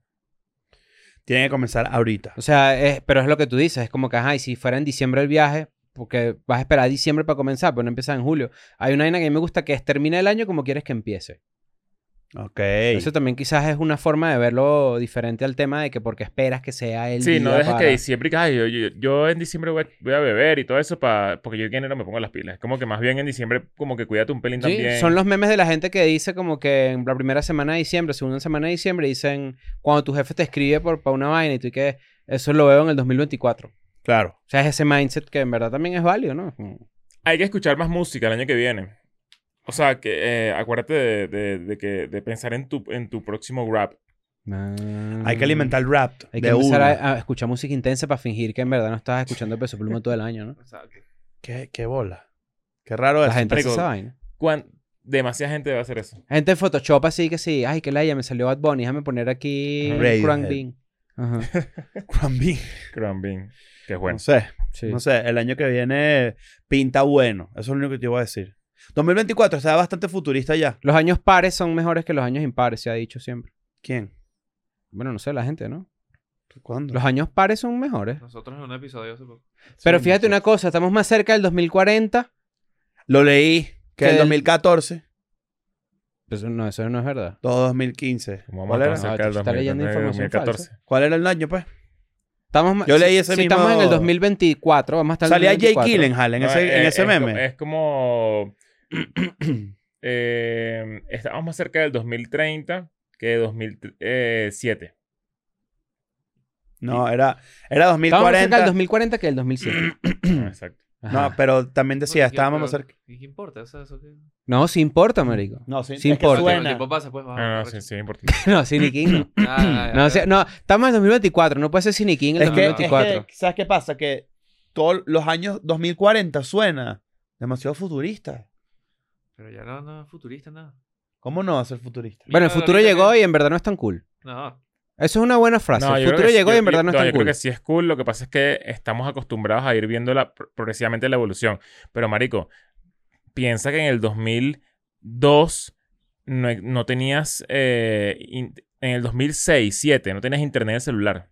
Tienen que comenzar ahorita. O sea, es, pero es lo que tú dices. Es como que, ajá, y si fuera en diciembre el viaje, porque vas a esperar a diciembre para comenzar, pero no empieza en julio. Hay una vaina que a mí me gusta que es termina el año como quieres que empiece. Ok. Eso también quizás es una forma de verlo diferente al tema de que porque esperas que sea el sí, día no dejes para... que diciembre... Ay, yo, yo, yo en diciembre voy a, voy a beber y todo eso para... Porque yo en enero me pongo las pilas. Es como que más bien en diciembre como que cuídate un pelín sí, también. Son los memes de la gente que dice como que en la primera semana de diciembre, segunda semana de diciembre, dicen cuando tu jefe te escribe por, para una vaina y tú y que eso lo veo en el dos mil veinticuatro. Claro. O sea, es ese mindset que en verdad también es válido, ¿no? Hay que escuchar más música el año que viene. O sea, que eh, acuérdate de, de, de, que, de pensar en tu, en tu próximo rap. Ah, hay que alimentar el rap. Hay que empezar a, a escuchar música intensa para fingir que en verdad no estás escuchando Peso Pluma todo el año, ¿no? ¿Qué, qué bola? Qué raro la eso. La gente hace esa vaina. ¿Cuán, demasiada gente debe hacer eso. Gente en Photoshop así que sí. Ay, que la ya me salió Bad Bunny. Déjame poner aquí Crumb Bean. Ajá. Crumb Bean. Crumb Bean. Que es bueno. No sé. Sí. No sé. El año que viene pinta bueno. Eso es lo único que te iba a decir. dos mil veinticuatro está bastante futurista ya. Los años pares son mejores que los años impares, se ha dicho siempre. ¿Quién? Bueno, no sé, la gente, ¿no? ¿Cuándo? Los años pares son mejores. Nosotros en un episodio hace poco. Pero Sí, fíjate no sé. una cosa, estamos más cerca del dos mil cuarenta. Lo leí, que Que en el- dos mil catorce. Pues no, eso no es verdad. Todo dos mil quince. Como ¿Cuál vamos a era? estar cerca del Ah, tú estás leyendo información dos mil catorce. falsa. ¿Cuál era el año, pues? Estamos ma- Yo leí si- ese si mismo- estamos en el dos mil veinticuatro, vamos a estar en el Salía Jake dos mil veinticuatro. Gyllenhaal en No, ese, en eh, ese es meme. co- Es como... eh, estamos más cerca del dos mil treinta que de dos mil siete. No, era, era dos mil Estamos más cerca cuarenta. del dos mil cuarenta que del dos mil siete. Ah, exacto. Ajá. No, pero también decía, Porque, estábamos más pero, cerca. ¿y qué importa? ¿Eso, eso qué? No, sí importa, marico. No, sí, Sí es que importa. Cuando el suena. tiempo pasa, pues... Ah, no, sí, sí, importante. No, Cine King no. Ah, ya, No, ya. o sea, no, estamos en dos mil veinticuatro, no puede ser Cine King en el Es que, es dos mil veinticuatro. que, ¿sabes qué pasa? Que todos los años dos mil cuarenta suena demasiado futurista. Pero ya no, no es futurista, nada. ¿Cómo no va a ser futurista? Bueno, el Mira, futuro ahorita llegó que- y en verdad no es tan cool. No. Eso es una buena frase. No, el yo creo futuro que sí, llegó y yo- en verdad yo- no es no, tan yo cool. creo que sí es cool. Lo que pasa es que estamos acostumbrados a ir viendo la, pro- progresivamente la evolución. Pero, marico, piensa que en el dos mil dos no, no tenías... eh, in- en el dos mil seis, dos mil siete no tenías internet en celular.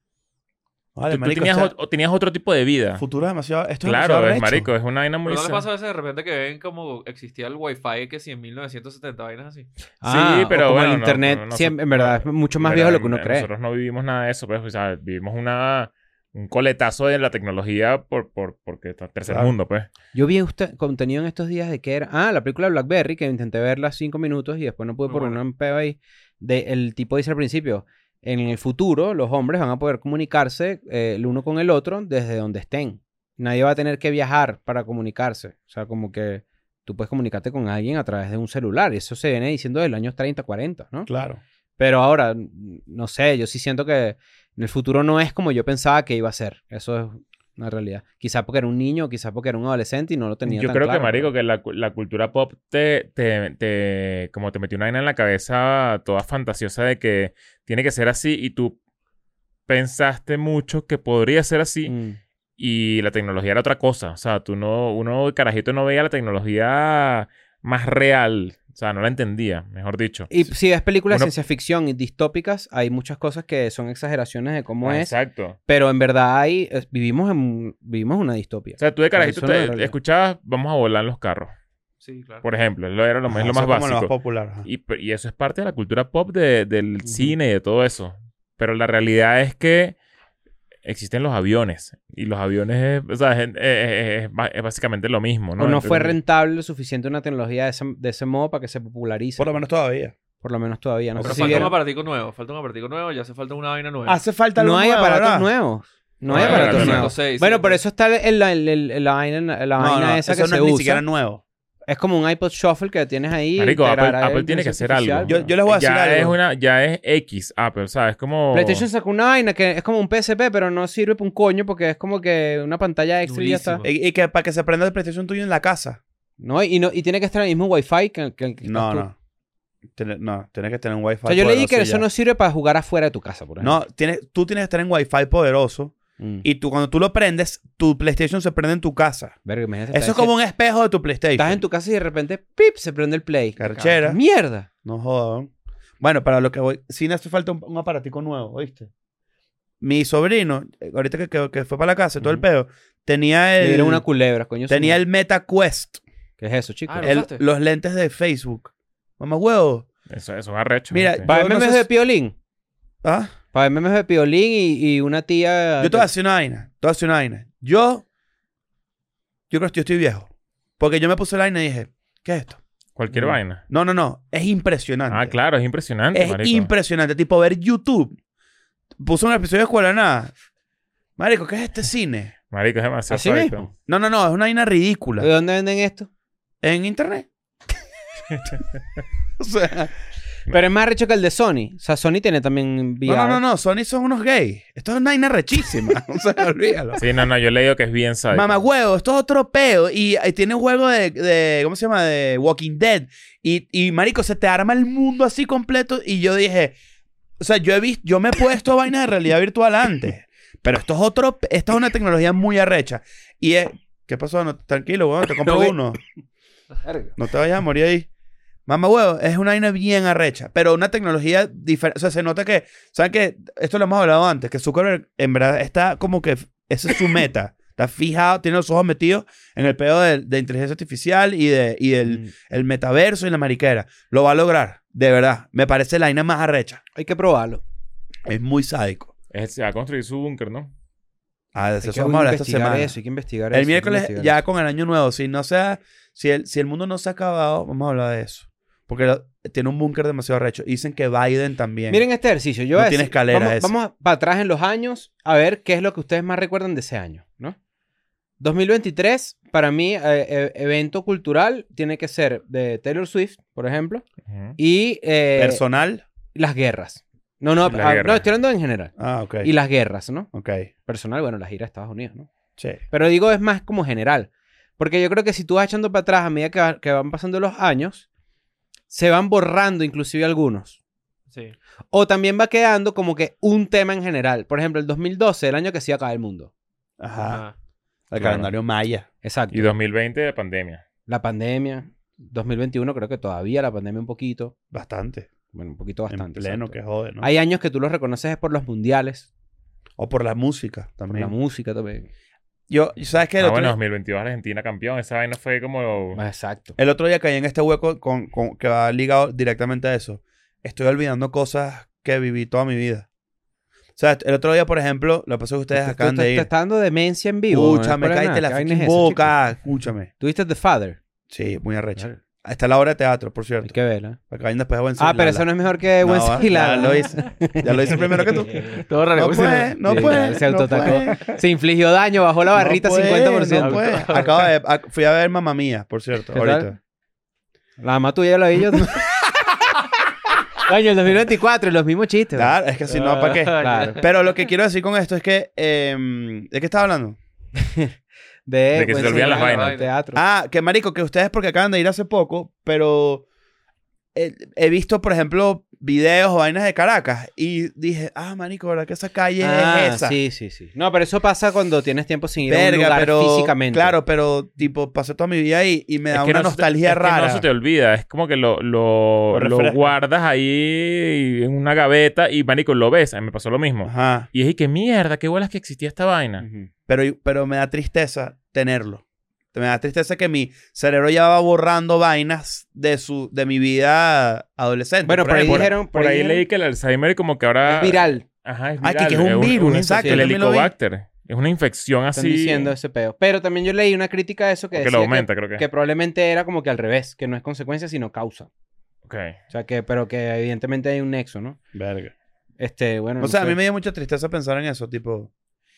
Vale, tú, tú marico, tenías, o sea, o- o tenías otro tipo de vida. futuro es demasiado... Esto es Claro, demasiado es arrecho. marico. Es una vaina muy... Pero no le sa- pasa a veces de repente que ven como existía el wifi que si en mil novecientos setenta vainas así. Ah, sí, pero o como bueno, el no- internet, no- no- siempre, en verdad, no- es mucho más pero viejo de lo que uno en- cree. Nosotros no vivimos nada de eso, pues, o sea, vivimos una, un coletazo de la tecnología por, por, porque está tercer Claro. mundo, pues. Yo vi usted, contenido en estos días de que era... Ah, la película Blackberry, que intenté verla cinco minutos y después no pude Muy por buena. un peo ahí. De, el tipo dice al principio, en el futuro los hombres van a poder comunicarse eh, el uno con el otro desde donde estén. Nadie va a tener que viajar para comunicarse. O sea, como que tú puedes comunicarte con alguien a través de un celular. Y eso se viene diciendo desde los años treinta, cuarenta, ¿no? Claro. Pero ahora, no sé, yo sí siento que en el futuro no es como yo pensaba que iba a ser. Eso es una realidad. Quizá porque era un niño, quizá porque era un adolescente y no lo tenía Yo tan creo claro, que, marico, pero- que la, cu- la cultura pop te, te, te... Como te metió una vaina en la cabeza toda fantasiosa de que tiene que ser así y tú pensaste mucho que podría ser así Mm. y la tecnología era otra cosa. O sea, tú no... Uno, carajito, no veía la tecnología más real. O sea, no la entendía, mejor dicho. Y si ves películas de Uno- ciencia ficción y distópicas, hay muchas cosas que son exageraciones de cómo Ah, es. Exacto. Pero en verdad hay, es- vivimos en vivimos una distopia. O sea, tú de carajito eso no es te, realidad. escuchabas, vamos a volar en los carros, Sí, claro. por ejemplo. Lo era lo, Ajá, es lo eso más es como básico. lo más popular. ajá. Y, pe- y eso es parte de la cultura pop de- del cine y de todo eso. Pero la realidad es que existen los aviones. Y los aviones es, o sea, es, es- es- es ba- es básicamente lo mismo, ¿no? o no fue Entonces, rentable lo suficiente una tecnología de ese, de ese modo para que se popularice. Por lo menos todavía. Por lo menos todavía. No Pero sé si falta un vieron- aparatico nuevo. Falta un aparatico nuevo. Ya hace falta una vaina nueva. Hace falta algo No hay nuevo, aparatos ¿verdad? nuevos. No No hay hay aparatos aparatos nuevos. nuevos. seis, Bueno, siete. por eso está el- la, la, la vaina, la No, vaina no, esa eso que no se es ni usa. siquiera nuevo. Es como un iPod Shuffle que tienes ahí. Marico, Apple, integrar a Apple la tiene que hacer algo. inteligencia Yo, yo les voy a decir ya algo. es una, ya es X Apple, o sea, es como... PlayStation sacó una vaina que es como un P S P, pero no sirve para un coño porque es como que una pantalla extra y ya está. Durísimo. Y, y que para que se prenda el PlayStation tuyo en la casa. ¿No? Y, no, y tiene que estar en el mismo Wi-Fi que, que, que No, estás tú. no. Tiene- no, tienes que tener un Wi-Fi O sea, yo leí poderoso que y eso ya. no sirve para jugar afuera de tu casa, por ejemplo. No, tienes, tú tienes que estar en Wi-Fi poderoso. Mm. Y tú, cuando tú lo prendes, tu PlayStation se prende en tu casa. Verga, imagínate, Eso estás es como en- un espejo de tu PlayStation. Estás en tu casa y de repente, ¡pip! Se prende el play. Carchera. ¡Mierda! No jodan. Bueno, para lo que voy... Sí, me hace falta un, un aparatico nuevo, ¿oíste? Mi sobrino, eh, ahorita que, que, que fue para la casa, todo el Ujú. peo, tenía Le el... dieron una culebra, coño. Tenía su- el Meta Quest. ¿Qué es eso, chicos? Ah, ¿lo el- usaste? los lentes de Facebook. Mamá huevo. Eso, eso es arrecho. Mira, sí. Para yo ver no memes sé de si- Piolín. ¿Ah? Para ver memes de Piolín y, y una tía... Yo te voy a decir una vaina. Te voy a decir una vaina. Yo... Yo creo que yo estoy viejo. Porque yo me puse la vaina y dije, ¿qué es esto? Cualquier Mm. vaina. No, no, no. Es impresionante. Ah, claro, es impresionante, Es marico. impresionante. Tipo, ver YouTube. Puse un episodio de Escuela de Nada. Marico, ¿qué es este cine? Marico, es demasiado ¿Así suavito. mismo? No, no, no. Es una vaina ridícula. ¿De dónde venden esto? En internet. O sea... Pero es más recho que el de Sony. O sea, Sony tiene también V No, R. no, no, no. Sony son unos gays. Esto es una vaina rechísima. O sea, olvídalo. Sí, no, no, yo le digo que es bien sádico. Mamá huevo, esto es otro peo. Y, y tiene un juego de, de... ¿Cómo se llama? De Walking Dead. Y, y, marico, se te arma el mundo así completo. Y yo dije... O sea, yo he visto... Yo me he puesto vainas de realidad virtual antes. Pero esto es otro... Esta es una tecnología muy arrecha. Y es... ¿Qué pasó? No, tranquilo, weón. Te compro No, uno. Verga. No te vayas a morir ahí. Mamá huevo, es una vaina bien arrecha, pero una tecnología diferente. O sea, se nota que, ¿saben qué? Esto lo hemos hablado antes, que Zuckerberg en verdad está como que, esa es su meta. Está fijado, tiene los ojos metidos en el pedo de, de inteligencia artificial y, de, y del mm. el metaverso y la mariquera. Lo va a lograr, de verdad. Me parece la vaina más arrecha. Hay que probarlo. Es muy sádico. Es, se va a construir su búnker, ¿no? Ah, de eso vamos a hablar esta semana. Eso, hay que investigar el eso. miércoles, ya eso. Con el año nuevo, si no sea, si el, si el mundo no se ha acabado, vamos a hablar de eso. Porque lo, tiene un búnker demasiado arrecho. Dicen que Biden también. Miren este ejercicio. Yo no voy a tiene decir, escalera vamos, ese. Vamos para atrás en los años a ver qué es lo que ustedes más recuerdan de ese año, ¿no? dos mil veintitrés, para mí, eh, eh, evento cultural tiene que ser de Taylor Swift, por ejemplo. Uh-huh. Y... Eh, ¿personal? Las guerras. No, no, la a, guerra. no, estoy hablando en general. Ah, ok. Y las guerras, ¿no? Ok. Personal, bueno, la gira de Estados Unidos, ¿no? Sí. Pero digo, es más como general. Porque yo creo que si tú vas echando para atrás a medida que, va, que van pasando los años, se van borrando inclusive algunos. Sí. O también va quedando como que un tema en general. Por ejemplo, el dos mil doce, el año que se iba a acabar el mundo. Ajá. Ajá. El Claro. calendario maya. Exacto. Y dos mil veinte de pandemia. La pandemia. dos mil veintiuno creo que todavía la pandemia un poquito. Bastante. Bueno, un poquito bastante. En pleno, exacto. que jode, ¿no? Hay años que tú los reconoces es por los mundiales. O por la música Por también. la música también. Yo, ¿sabes qué? El, Ah, otro, bueno, dos mil veintidós Argentina campeón. Esa vaina fue como... Exacto. el otro día caí en este hueco con, con, que va ligado directamente a eso. Estoy olvidando cosas que viví toda mi vida. O sea, el otro día, por ejemplo, lo que pasó es que ustedes Te- acaban te- de te ir. está dando demencia en vivo. Escúchame, no es por cállate nada. la ¿Qué vaina es fucking esa, boca. Escúchame. ¿Tuviste The Father? Sí, muy arrecha. Claro. Está la obra de teatro, por Hay cierto. que verla. Para que vayan después de Buen Ah, pero eso no es mejor que Buen No, Hilal. ya lo hice. Ya lo hice primero que tú. Todo raro. No puede, no Sí, puede. se no autoatacó. puede. Se infligió daño, bajó la barrita No puede, cincuenta por ciento. no puede. Acabo de, a- fui a ver Mamma Mía, por cierto, ¿Qué ahorita. tal? La mamá tuya la vi yo. Coño, el dos mil veinticuatro, los mismos chistes. Claro, es que si no, ¿para qué? Claro. Pero lo que quiero decir con esto es que... eh, ¿de qué estaba hablando? De, De que se Buen te olvidan las Hilal, vainas. teatro. Ah, que marico, que ustedes porque acaban de ir hace poco, pero... He, he visto, por ejemplo, videos o vainas de Caracas y dije, ah, marico, ¿verdad que esa calle Ah, es esa? sí, sí, sí. No, pero eso pasa cuando tienes tiempo sin ir a un Verga, lugar pero... físicamente. Claro, pero tipo, pasé toda mi vida ahí y me da Es que una no se te- nostalgia es que rara. no se te olvida. Es como que lo, lo, Lo lo refresca. guardas ahí en una gaveta y, marico, lo ves. A mí me pasó lo mismo. Ajá. Y es que mierda, qué bolas que existía esta vaina. Ujú. Pero, pero me da tristeza tenerlo. Me da tristeza que mi cerebro ya va borrando vainas de su de mi vida adolescente. Bueno, por ahí ejemplo. dijeron... Por ahí dijeron- leí que el Alzheimer como que ahora... Es viral. Ajá, es Ah, viral. que es un virus, una exacto, infección. El yo también lo vi. helicobacter. Es una infección Están así... diciendo ese peo. Pero también yo leí una crítica de eso que Que decía lo aumenta, que, creo que. que probablemente era como que al revés, que no es consecuencia sino causa. Ok. O sea que, pero que evidentemente hay un nexo, ¿no? Verga. Este, bueno. O no sea, a sé. mí me dio mucha tristeza pensar en eso, tipo...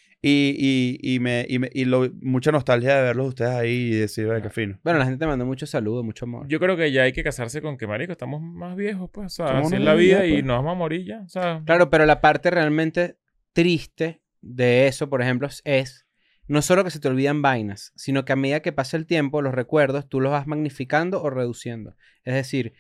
Y, y, y, me, y, me, y lo, mucha nostalgia de verlos ustedes ahí y decir, verga, qué fino. Bueno, la gente te mandó mucho saludo, mucho amor. Yo creo que ya hay que casarse con que, marico, estamos más viejos, pues. O sea, Somos así es unos la vida viejos, y pues. nos vamos a morir ya. O sea... Claro, pero la parte realmente triste de eso, por ejemplo, es no solo que se te olvidan vainas, sino que a medida que pasa el tiempo, los recuerdos, tú los vas magnificando o reduciendo. Es decir,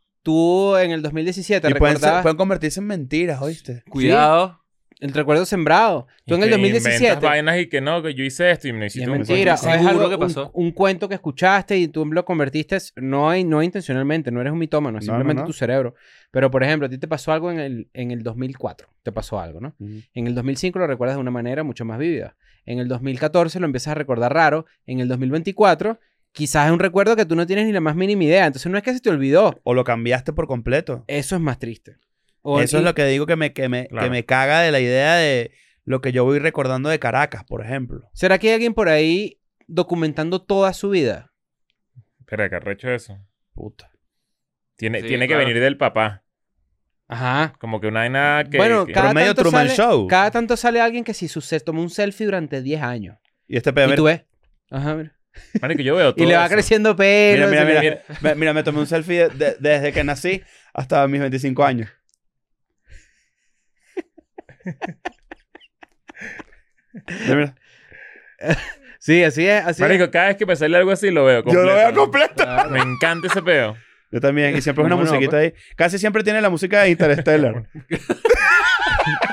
tú en el dos mil diecisiete Y pueden, ser- recordabas pueden convertirse en mentiras, ¿oíste? Cuidado. el recuerdo sembrado. Tú Y en el que dos mil inventas diecisiete... vainas y que no, que yo hice esto y me Y hiciste es un mentira. cuento. O es Seguro algo, que un- pasó. Un, cuento que escuchaste y tú lo convertiste, no, hay- no intencionalmente, no eres un mitómano, es No, no, simplemente no. tu cerebro. Pero, por ejemplo, a ti te pasó algo en el, en el dos mil cuatro, te pasó algo, ¿no? En el dos mil cinco lo recuerdas de una manera mucho más vívida. En el dos mil catorce lo empiezas a recordar raro. En el dos mil veinticuatro quizás es un recuerdo que tú no tienes ni la más mínima idea. Entonces no es que se te olvidó. O lo cambiaste por completo. Eso es más triste. O- Eso y- es lo que digo que me, que, me, Claro. que me caga de la idea de lo que yo voy recordando de Caracas, por ejemplo. ¿Será que hay alguien por ahí documentando toda su vida? Espera, que arrecho eso. Puta. Tiene, Sí, tiene claro. que venir del papá. Ajá. Como que una vaina que... Bueno, que- cada Pero medio tanto, Truman sale, Show. cada tanto sale alguien que si su- se tomó un selfie durante diez años. Y este Y pedo... tú ves. Ajá, mira. Marico, yo veo todo Y le va eso. creciendo pelo. Mira, mira, se le- mira, mira. Mira, me tomé un selfie de- de- desde que nací hasta mis veinticinco años. Mira, mira. Sí, así es. Así es. Marico, cada vez que me sale algo así lo veo Yo completo. lo veo completo. Me encanta ese peo. Yo también. Y siempre es una ¿Cómo no, musiquita ahí. Casi siempre tiene la música de Interstellar.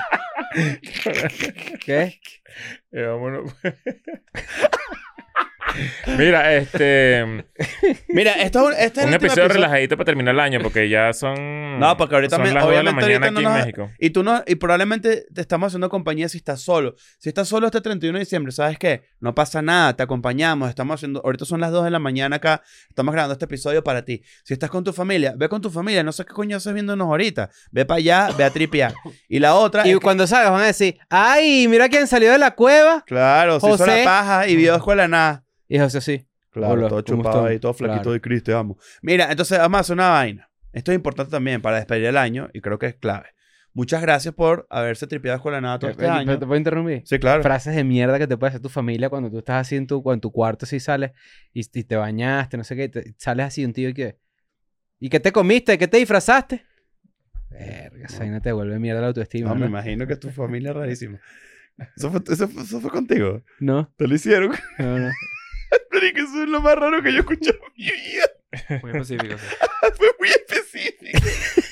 ¿Qué? Eh, vámonos. Mira, este... Mira, esto es un, este es un el último episodio relajadito para terminar el año, porque ya son... No, porque ahorita son me- las dos de la obviamente mañana ahorita aquí no en nos- México. Y tú no, y probablemente te estamos haciendo compañía si estás solo. Si estás solo este treinta y uno de diciembre, ¿sabes qué? No pasa nada, te acompañamos, estamos haciendo, ahorita son las dos de la mañana acá, estamos grabando este episodio para ti. Si estás con tu familia, ve con tu familia, no sé qué coño haces viéndonos ahorita. Ve para allá, ve a tripear. Y la otra Y es que- cuando salgas van a decir, ¡ay, mira quién salió de la cueva! claro, se hizo José. la paja y vio escuela de nada. Y José sí. Claro, Hola, todo ¿cómo chupado están? ahí, todo flaquito Claro. de Cristo, te amo. Mira, entonces vamos a hacer una vaina. Esto es importante también para despedir el año y creo que es clave. Muchas gracias por haberse tripeado escuela de nada todo este ¿Te, año. ¿Te puedo interrumpir? Sí, claro. Frases de mierda que te puede hacer tu familia cuando tú estás así en tu, en tu cuarto, así sales y, y te bañaste, no sé qué, y te- sales así un tío y que... ¿Y qué te comiste? ¿Qué te disfrazaste? Verga, esa vaina te vuelve mierda la autoestima, No, me ¿no? imagino que tu familia es rarísima. ¿Eso fue, eso, fue- eso fue contigo? No, ¿Te lo hicieron? no, no. Pero que eso es lo más raro que yo he escuchado en mi vida. Muy específico, sí. Fue muy específico.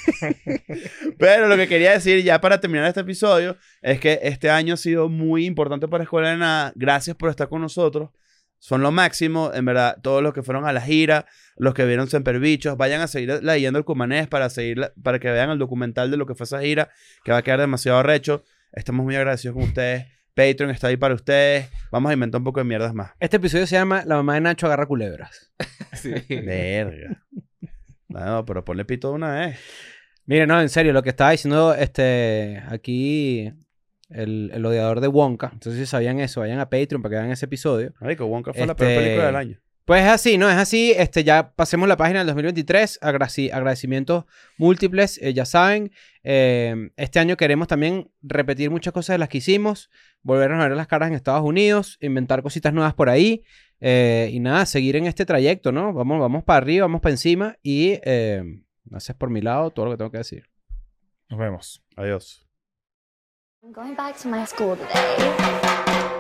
Pero lo que quería decir ya para terminar este episodio es que este año ha sido muy importante para Escuela de Nada. Gracias por estar con nosotros. Son lo máximo, en verdad, todos los que fueron a la gira, los que vieron Semperbichos, vayan a seguir leyendo el Cumanés para, seguir, la- para que vean el documental de lo que fue esa gira, que va a quedar demasiado arrecho. Estamos muy agradecidos con ustedes. Patreon está ahí para ustedes. Vamos a inventar un poco de mierdas más. Este episodio se llama La mamá de Nacho agarra culebras. Sí. Verga. No, pero ponle pito de una vez. Mire, no, en serio, lo que estaba diciendo este aquí el, el odiador de Wonka. Entonces, si sabían eso, vayan a Patreon para que vean ese episodio. Marico, Wonka fue la Este- peor película del año. Pues es así, ¿no? Es así. Este, ya pasemos la página del dos mil veintitrés. Agradeci- agradecimientos múltiples, eh, ya saben. Eh, este año queremos también repetir muchas cosas de las que hicimos. Volvernos a ver las caras en Estados Unidos. Inventar cositas nuevas por ahí. eh, y nada, seguir en este trayecto, ¿no? Vamos, vamos para arriba, vamos para encima. Y eh, haces por mi lado todo lo que tengo que decir. Nos vemos. Adiós. I'm going back to my school today.